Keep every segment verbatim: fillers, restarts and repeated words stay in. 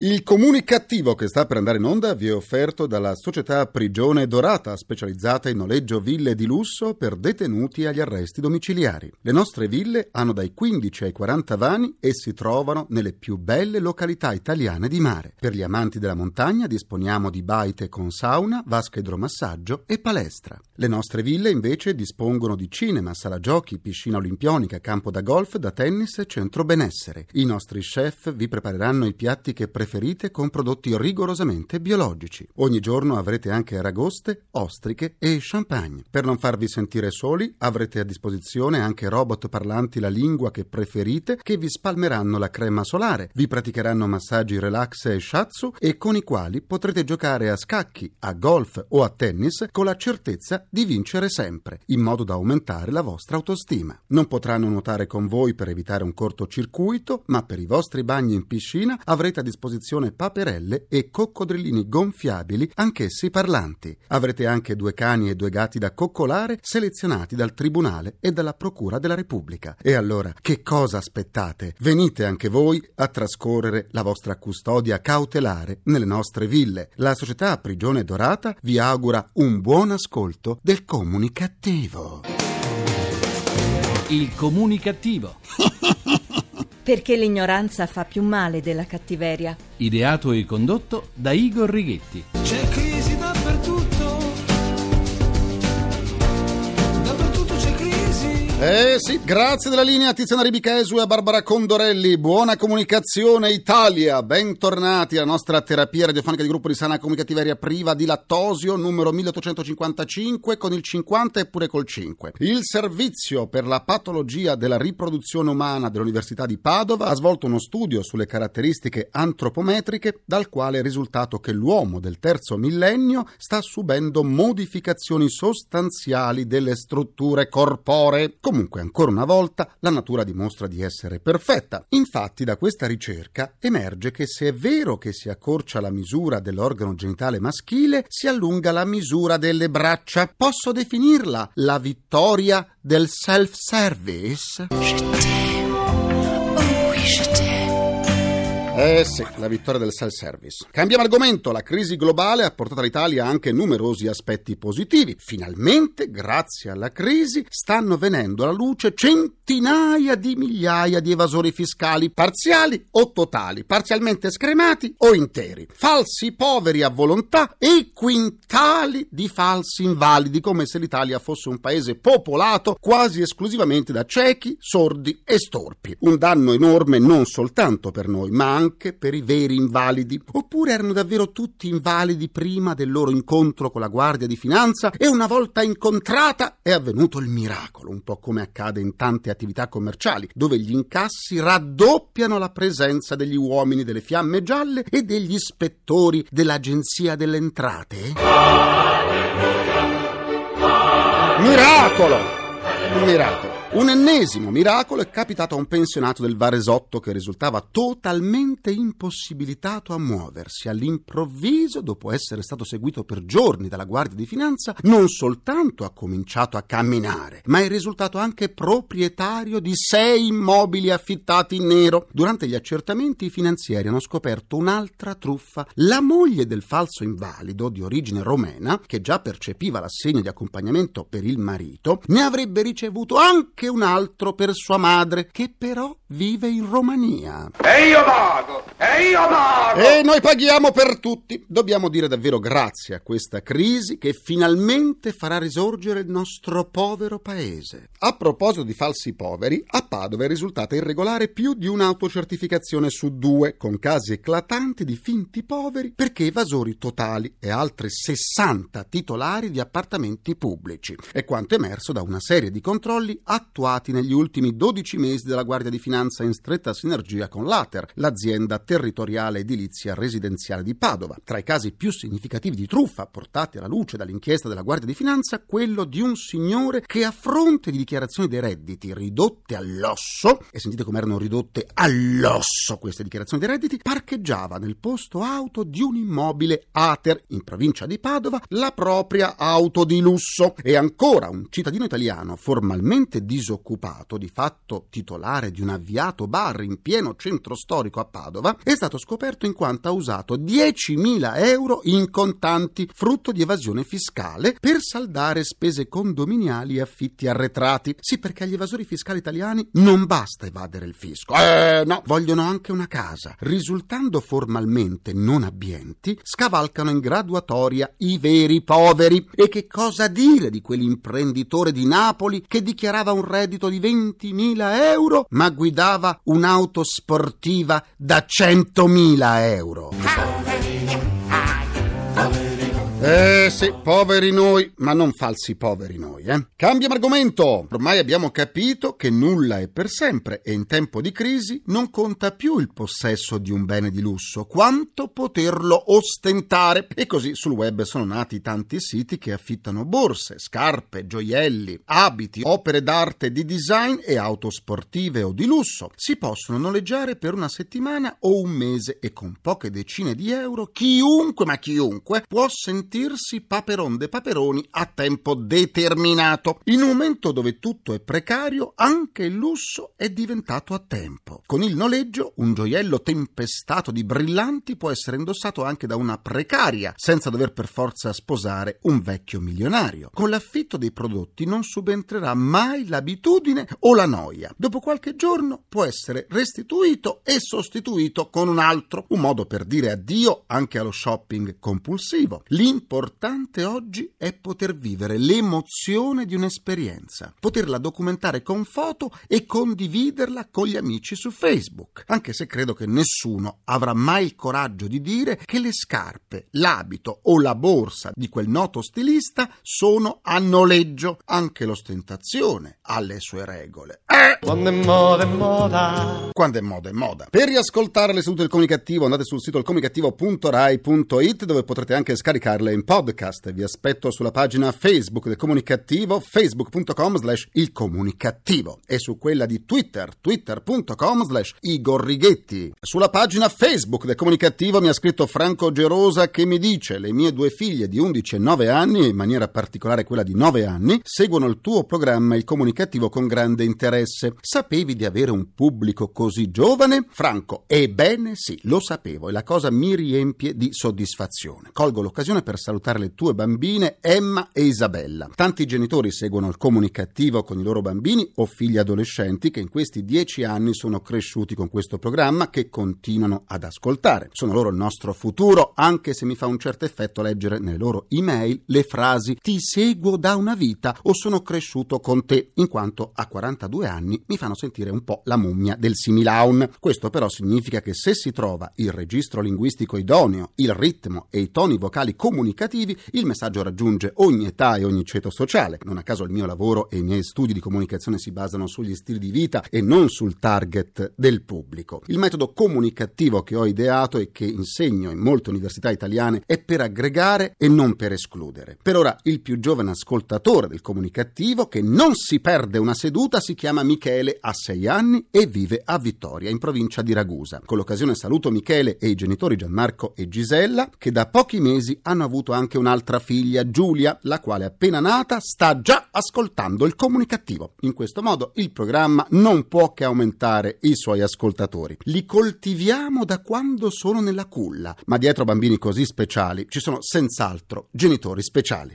Il comunicativo che sta per andare in onda vi è offerto dalla società Prigione Dorata, specializzata in noleggio ville di lusso per detenuti agli arresti domiciliari. Le nostre ville hanno dai quindici ai quaranta vani e si trovano nelle più belle località italiane di mare. Per gli amanti della montagna disponiamo di baite con sauna, vasca idromassaggio e palestra. Le nostre ville invece dispongono di cinema, sala giochi, piscina olimpionica, campo da golf, da tennis e centro benessere. I nostri chef vi prepareranno i piatti che preferite con prodotti rigorosamente biologici. Ogni giorno avrete anche aragoste, ostriche e champagne. Per non farvi sentire soli, avrete a disposizione anche robot parlanti la lingua che preferite che vi spalmeranno la crema solare, vi praticheranno massaggi relax e shiatsu e con i quali potrete giocare a scacchi, a golf o a tennis con la certezza di vincere sempre, in modo da aumentare la vostra autostima. Non potranno nuotare con voi per evitare un cortocircuito, ma per i vostri bagni in piscina avrete a disposizione paperelle e coccodrillini gonfiabili, anch'essi parlanti. Avrete anche due cani e due gatti da coccolare selezionati dal Tribunale e dalla Procura della Repubblica. E allora, che cosa aspettate? Venite anche voi a trascorrere la vostra custodia cautelare nelle nostre ville. La società Prigione Dorata vi augura un buon ascolto del comunicativo. Il comunicativo. Perché l'ignoranza fa più male della cattiveria. Ideato e condotto da Igor Righetti. C'è crisi dappertutto. Dappertutto c'è crisi. Eh sì, grazie della linea Tiziana Ribichesu e a Barbara Condorelli. Buona comunicazione Italia. Bentornati alla nostra terapia radiofonica di gruppo di sana comunicativeria priva di lattosio numero milleottocentocinquantacinque con il cinquanta e pure col cinque. Il servizio per la patologia della riproduzione umana dell'Università di Padova ha svolto uno studio sulle caratteristiche antropometriche dal quale è risultato che l'uomo del terzo millennio sta subendo modificazioni sostanziali delle strutture corporee. Comunque, ancora una volta, la natura dimostra di essere perfetta. Infatti, da questa ricerca emerge che se è vero che si accorcia la misura dell'organo genitale maschile, si allunga la misura delle braccia. Posso definirla la vittoria del self-service? Eh sì, la vittoria del self-service. Cambiamo argomento. La crisi globale ha portato all'Italia anche numerosi aspetti positivi. Finalmente, grazie alla crisi, stanno venendo alla luce centinaia di migliaia di evasori fiscali, parziali o totali, parzialmente scremati o interi, falsi poveri a volontà e quintali di falsi invalidi, come se l'Italia fosse un paese popolato quasi esclusivamente da ciechi, sordi e storpi. Un danno enorme non soltanto per noi, ma anche anche per i veri invalidi. Oppure erano davvero tutti invalidi prima del loro incontro con la Guardia di Finanza e una volta incontrata è avvenuto il miracolo, un po' come accade in tante attività commerciali, dove gli incassi raddoppiano la presenza degli uomini delle fiamme gialle e degli ispettori dell'Agenzia delle Entrate? Miracolo! Un miracolo. Un ennesimo miracolo è capitato a un pensionato del Varesotto che risultava totalmente impossibilitato a muoversi. All'improvviso, dopo essere stato seguito per giorni dalla Guardia di Finanza, non soltanto ha cominciato a camminare, ma è risultato anche proprietario di sei immobili affittati in nero. Durante gli accertamenti i finanzieri hanno scoperto un'altra truffa. La moglie del falso invalido, di origine romena, che già percepiva l'assegno di accompagnamento per il marito, ne avrebbe ricevuto anche che un altro per sua madre, che però vive in Romania. E io pago! E io pago! E noi paghiamo per tutti. Dobbiamo dire davvero grazie a questa crisi che finalmente farà risorgere il nostro povero paese. A proposito di falsi poveri, a Padova è risultata irregolare più di un'autocertificazione su due, con casi eclatanti di finti poveri perché evasori totali e altri sessanta titolari di appartamenti pubblici. È quanto emerso da una serie di controlli attuati negli ultimi dodici mesi dalla Guardia di Finanza in stretta sinergia con l'Ater, l'azienda territoriale edilizia residenziale di Padova. Tra i casi più significativi di truffa portati alla luce dall'inchiesta della Guardia di Finanza, quello di un signore che a fronte di dichiarazioni dei redditi ridotte all'osso, e sentite come erano ridotte all'osso queste dichiarazioni dei redditi, parcheggiava nel posto auto di un immobile Ater in provincia di Padova la propria auto di lusso. E ancora un cittadino italiano formalmente disoccupato disoccupato, di fatto titolare di un avviato bar in pieno centro storico a Padova, è stato scoperto in quanto ha usato diecimila euro in contanti, frutto di evasione fiscale, per saldare spese condominiali e affitti arretrati. Sì, perché agli evasori fiscali italiani non basta evadere il fisco. Eh, no, vogliono anche una casa. Risultando formalmente non abbienti, scavalcano in graduatoria i veri poveri. E che cosa dire di quell'imprenditore di Napoli che dichiarava un reddito di ventimila euro, ma guidava un'auto sportiva da centomila euro? Eh sì, poveri noi, ma non falsi poveri noi, eh. Cambiamo argomento. Ormai abbiamo capito che nulla è per sempre e in tempo di crisi non conta più il possesso di un bene di lusso, quanto poterlo ostentare. E così sul web sono nati tanti siti che affittano borse, scarpe, gioielli, abiti, opere d'arte di design e auto sportive o di lusso. Si possono noleggiare per una settimana o un mese e con poche decine di euro chiunque, ma chiunque, può sentire sentirsi paperon de paperoni a tempo determinato. In un momento dove tutto è precario, anche il lusso è diventato a tempo. Con il noleggio, un gioiello tempestato di brillanti può essere indossato anche da una precaria, senza dover per forza sposare un vecchio milionario. Con l'affitto dei prodotti non subentrerà mai l'abitudine o la noia. Dopo qualche giorno può essere restituito e sostituito con un altro, un modo per dire addio anche allo shopping compulsivo. L'importante oggi è poter vivere l'emozione di un'esperienza, poterla documentare con foto e condividerla con gli amici su Facebook, anche se credo che nessuno avrà mai il coraggio di dire che le scarpe, l'abito o la borsa di quel noto stilista sono a noleggio. Anche l'ostentazione ha le sue regole. Eh! Quando è moda è moda. Quando è moda è moda. Per riascoltare le sedute del Comunicativo andate sul sito il comunicativo punto rai punto it, dove potrete anche scaricarle in podcast. Vi aspetto sulla pagina Facebook del Comunicativo, facebook punto com slash il comunicativo, e su quella di Twitter, twitter punto com slash Igor Righetti. Sulla pagina Facebook del Comunicativo mi ha scritto Franco Gerosa, che mi dice: le mie due figlie di undici e nove anni, in maniera particolare quella di nove anni, seguono il tuo programma Il Comunicativo con grande interesse. Sapevi di avere un pubblico così giovane? Franco: ebbene sì, lo sapevo, e la cosa mi riempie di soddisfazione. Colgo l'occasione per salutare le tue bambine Emma e Isabella. Tanti genitori seguono il Comunicativo con i loro bambini o figli adolescenti che in questi dieci anni sono cresciuti con questo programma, che continuano ad ascoltare. Sono loro il nostro futuro, anche se mi fa un certo effetto leggere nelle loro email le frasi "ti seguo da una vita" o "sono cresciuto con te", in quanto a quarantadue anni mi fanno sentire un po' la mummia del Similaun. Questo però significa che se si trova il registro linguistico idoneo, il ritmo e i toni vocali comunicativi, il messaggio raggiunge ogni età e ogni ceto sociale. Non a caso il mio lavoro e i miei studi di comunicazione si basano sugli stili di vita e non sul target del pubblico. Il metodo comunicativo che ho ideato e che insegno in molte università italiane è per aggregare e non per escludere. Per ora il più giovane ascoltatore del Comunicativo, che non si perde una seduta, si chiama Michele, ha sei anni e vive a Vittoria, in provincia di Ragusa. Con l'occasione saluto Michele e i genitori Gianmarco e Gisella, che da pochi mesi hanno avuto anche un'altra figlia, Giulia, la quale appena nata sta già ascoltando il Comunicativo. In questo modo il programma non può che aumentare i suoi ascoltatori. Li coltiviamo da quando sono nella culla, ma dietro bambini così speciali ci sono senz'altro genitori speciali.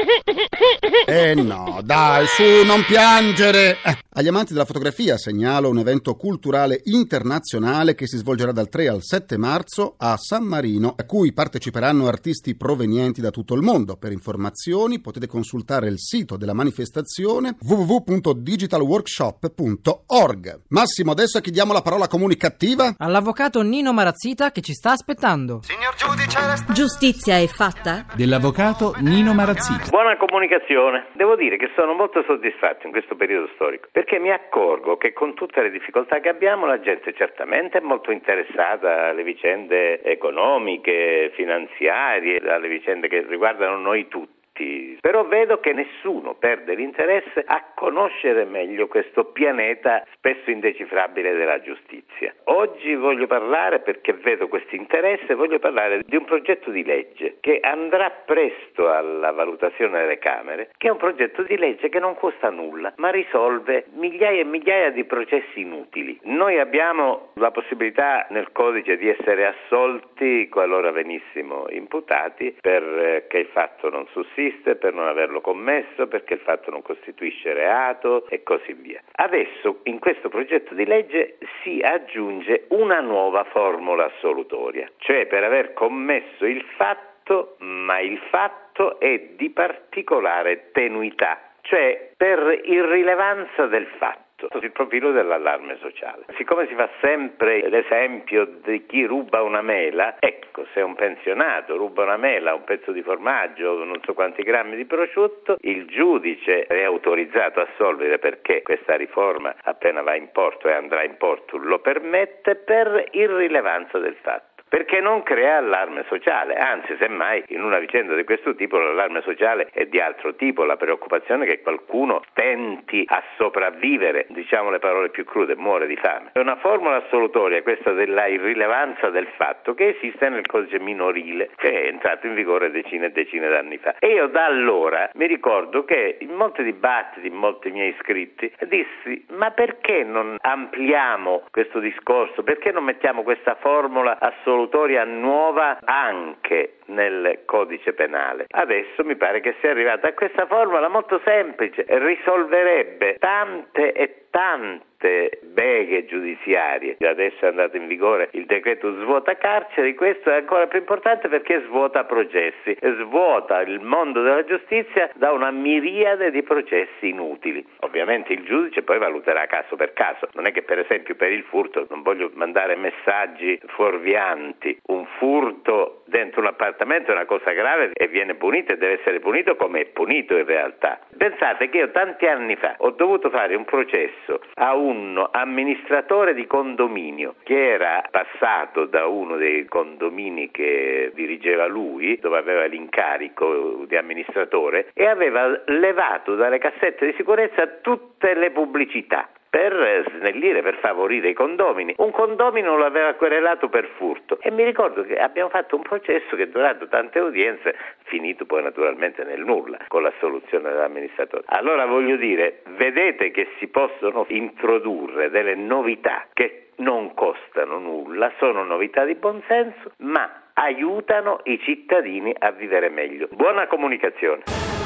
Eh no, dai, su, non piangere! Eh, agli amanti della fotografia segnalo un evento culturale internazionale che si svolgerà dal tre al sette marzo a San Marino, a cui parteciperanno artisti provenienti da tutto il mondo. Per informazioni potete consultare il sito della manifestazione w w w punto digital workshop punto org. Massimo, adesso chiediamo la parola comunicativa all'avvocato Nino Marazzita, che ci sta aspettando. Signor giudice, resta... Giustizia è fatta? Dell'avvocato Nino Marazzita. Buona comunicazione. Devo dire che sono molto soddisfatto in questo periodo storico, perché mi accorgo che con tutte le difficoltà che abbiamo la gente certamente è molto interessata alle vicende economiche, finanziarie, alle vicende che riguardano noi tutti. tutti, però vedo che nessuno perde l'interesse a conoscere meglio questo pianeta spesso indecifrabile della giustizia. Oggi voglio parlare, perché vedo questo interesse, voglio parlare di un progetto di legge che andrà presto alla valutazione delle Camere, che è un progetto di legge che non costa nulla, ma risolve migliaia e migliaia di processi inutili. Noi abbiamo la possibilità nel codice di essere assolti qualora venissimo imputati perché il fatto non sussiste, per non averlo commesso, perché il fatto non costituisce reato e così via. Adesso in questo progetto di legge si aggiunge una nuova formula assolutoria, cioè per aver commesso il fatto, ma il fatto è di particolare tenuità, cioè per irrilevanza del fatto. Il profilo dell'allarme sociale. Siccome si fa sempre l'esempio di chi ruba una mela, ecco, se un pensionato ruba una mela, un pezzo di formaggio, non so quanti grammi di prosciutto, il giudice è autorizzato a assolvere, perché questa riforma appena va in porto e andrà in porto lo permette, per irrilevanza del fatto. Perché non crea allarme sociale, anzi semmai in una vicenda di questo tipo l'allarme sociale è di altro tipo, la preoccupazione che qualcuno tenti a sopravvivere, diciamo le parole più crude, muore di fame. È una formula assolutoria questa della irrilevanza del fatto che esiste nel codice minorile, che è entrato in vigore decine e decine d'anni fa. E io da allora mi ricordo che in molti dibattiti, in molti miei scritti, dissi: ma perché non ampliamo questo discorso, perché non mettiamo questa formula assolutoria nuova anche nel codice penale? Adesso mi pare che sia arrivata a questa formula molto semplice, risolverebbe tante e tante beghe giudiziarie. Adesso è andato in vigore il decreto svuota carceri, questo è ancora più importante perché svuota processi e svuota il mondo della giustizia da una miriade di processi inutili. Ovviamente il giudice poi valuterà caso per caso, non è che per esempio per il furto, non voglio mandare messaggi fuorvianti, un furto dentro un appartamento è una cosa grave e viene punito e deve essere punito come è punito in realtà. Pensate che io tanti anni fa ho dovuto fare un processo a un amministratore di condominio che era passato da uno dei condomini che dirigeva lui, dove aveva l'incarico di amministratore, e aveva levato dalle cassette di sicurezza tutte le pubblicità per snellire, per favorire i condomini. Un condomino lo aveva querelato per furto e mi ricordo che abbiamo fatto un processo che è durato tante udienze, finito poi naturalmente nel nulla con l'assoluzione dell'amministratore. Allora voglio dire, vedete che si possono introdurre delle novità che non costano nulla, sono novità di buonsenso, ma aiutano i cittadini a vivere meglio. Buona comunicazione.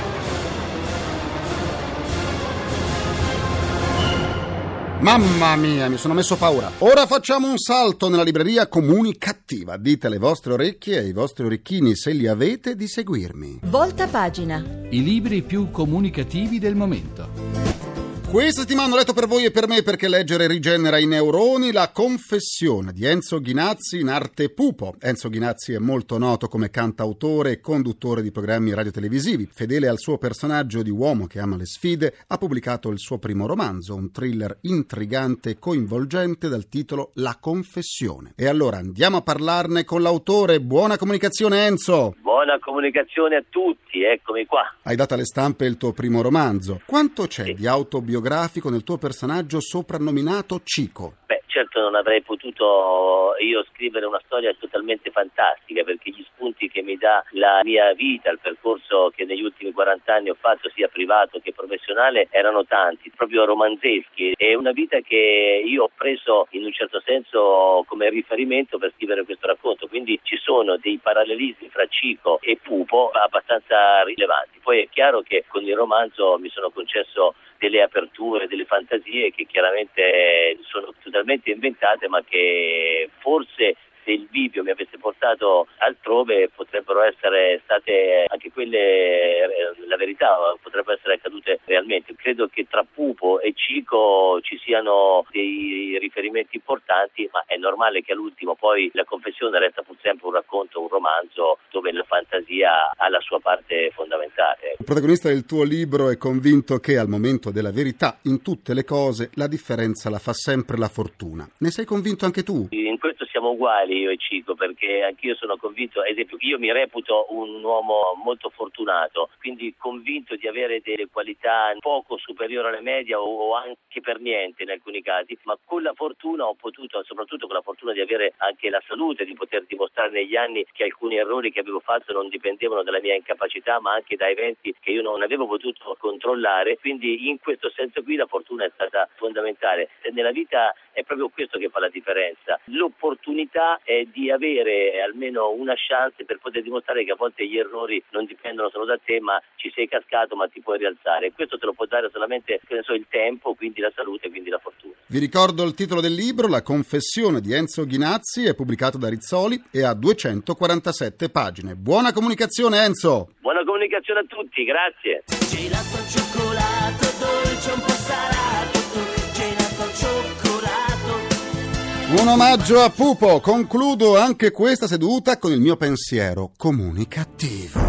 Mamma mia, mi sono messo paura. Ora facciamo un salto nella libreria Comunicativa. Dite alle vostre orecchie e ai vostri orecchini, se li avete, di seguirmi. Volta pagina. I libri più comunicativi del momento. Questa settimana ho letto per voi e per me, perché leggere rigenera i neuroni, La confessione di Enzo Ghinazzi in arte Pupo. Enzo Ghinazzi è molto noto come cantautore e conduttore di programmi radiotelevisivi. Fedele al suo personaggio di uomo che ama le sfide, ha pubblicato il suo primo romanzo, un thriller intrigante e coinvolgente dal titolo La confessione. E allora andiamo a parlarne con l'autore. Buona comunicazione, Enzo! Buona comunicazione a tutti, eccomi qua. Hai dato alle stampe il tuo primo romanzo. Quanto c'è sì. di autobiografico nel tuo personaggio soprannominato Cico? Beh, certo non avrei potuto io scrivere una storia totalmente fantastica, perché gli spunti che mi dà la mia vita, il percorso che negli ultimi quaranta anni ho fatto sia privato che professionale, erano tanti, proprio romanzeschi. È una vita che io ho preso in un certo senso come riferimento per scrivere questo racconto, quindi ci sono dei parallelismi fra Cico e Pupo abbastanza rilevanti. Poi è chiaro che con il romanzo mi sono concesso delle aperture, delle fantasie che chiaramente sono totalmente inventate, ma che forse se il bivio mi avesse portato altrove potrebbero essere state anche quelle la verità, potrebbero essere accadute realmente. Credo che tra Pupo e Cico ci siano dei riferimenti importanti, ma è normale che all'ultimo poi la confessione resta pur sempre un racconto, un romanzo dove la fantasia ha la sua parte fondamentale. Il protagonista del tuo libro è convinto che al momento della verità in tutte le cose la differenza la fa sempre la fortuna. Ne sei convinto anche tu? In questo siamo siamo uguali io e Cico, perché anch'io sono convinto, ad esempio, io mi reputo un uomo molto fortunato, quindi convinto di avere delle qualità poco superiori alle medie o anche per niente in alcuni casi, ma con la fortuna ho potuto, soprattutto con la fortuna di avere anche la salute, di poter dimostrare negli anni che alcuni errori che avevo fatto non dipendevano dalla mia incapacità, ma anche da eventi che io non avevo potuto controllare. Quindi in questo senso qui la fortuna è stata fondamentale. Nella vita è proprio questo che fa la differenza. L'opportunità è di avere almeno una chance per poter dimostrare che a volte gli errori non dipendono solo da te, ma ci sei cascato ma ti puoi rialzare. E questo te lo può dare solamente, che ne so, il tempo, quindi la salute, quindi la fortuna. Vi ricordo il titolo del libro, La confessione di Enzo Ghinazzi, è pubblicato da Rizzoli e ha duecentoquarantasette pagine. Buona comunicazione, Enzo! Buona comunicazione a tutti, grazie! Gelato al cioccolato, dolce un po' salato, gelato al cioccolato. Un omaggio a Pupo. Concludo anche questa seduta con il mio pensiero comunicativo.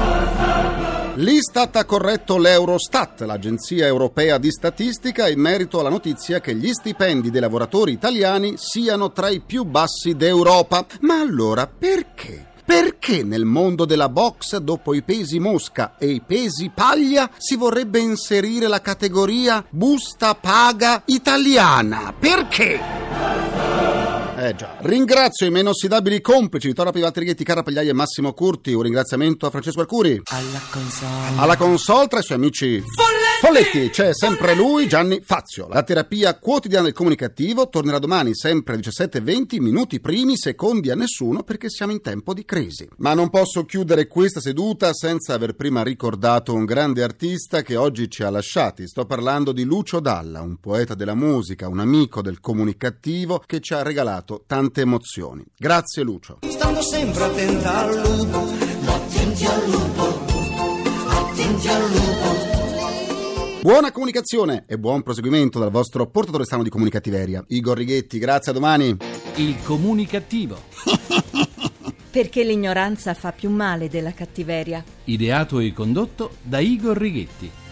L'Istat ha corretto l'Eurostat, l'agenzia europea di statistica, in merito alla notizia che gli stipendi dei lavoratori italiani siano tra i più bassi d'Europa. Ma allora perché? Perché nel mondo della box, dopo i pesi mosca e i pesi paglia, si vorrebbe inserire la categoria busta paga italiana? Perché? Eh già. Ringrazio i meno ossidabili complici di Tora Pivati Righetti, Carra Pagliai e Massimo Curti. Un ringraziamento a Francesco Arcuri. Alla console. Alla console tra i suoi amici Folletti. Folletti. C'è sempre lui, Gianni Fazio. La terapia quotidiana del comunicativo tornerà domani sempre alle diciassette e venti, minuti primi, secondi a nessuno, perché siamo in tempo di crisi. Ma non posso chiudere questa seduta senza aver prima ricordato un grande artista che oggi ci ha lasciati. Sto parlando di Lucio Dalla, un poeta della musica, un amico del comunicativo che ci ha regalato tante emozioni. Grazie Lucio. Stando sempre attenta al lupo, attenti al lupo, attenti al lupo. Buona comunicazione e buon proseguimento dal vostro portatore strano di comunicativeria, Igor Righetti. Grazie, a domani. Il comunicativo. Perché l'ignoranza fa più male della cattiveria. Ideato e condotto da Igor Righetti.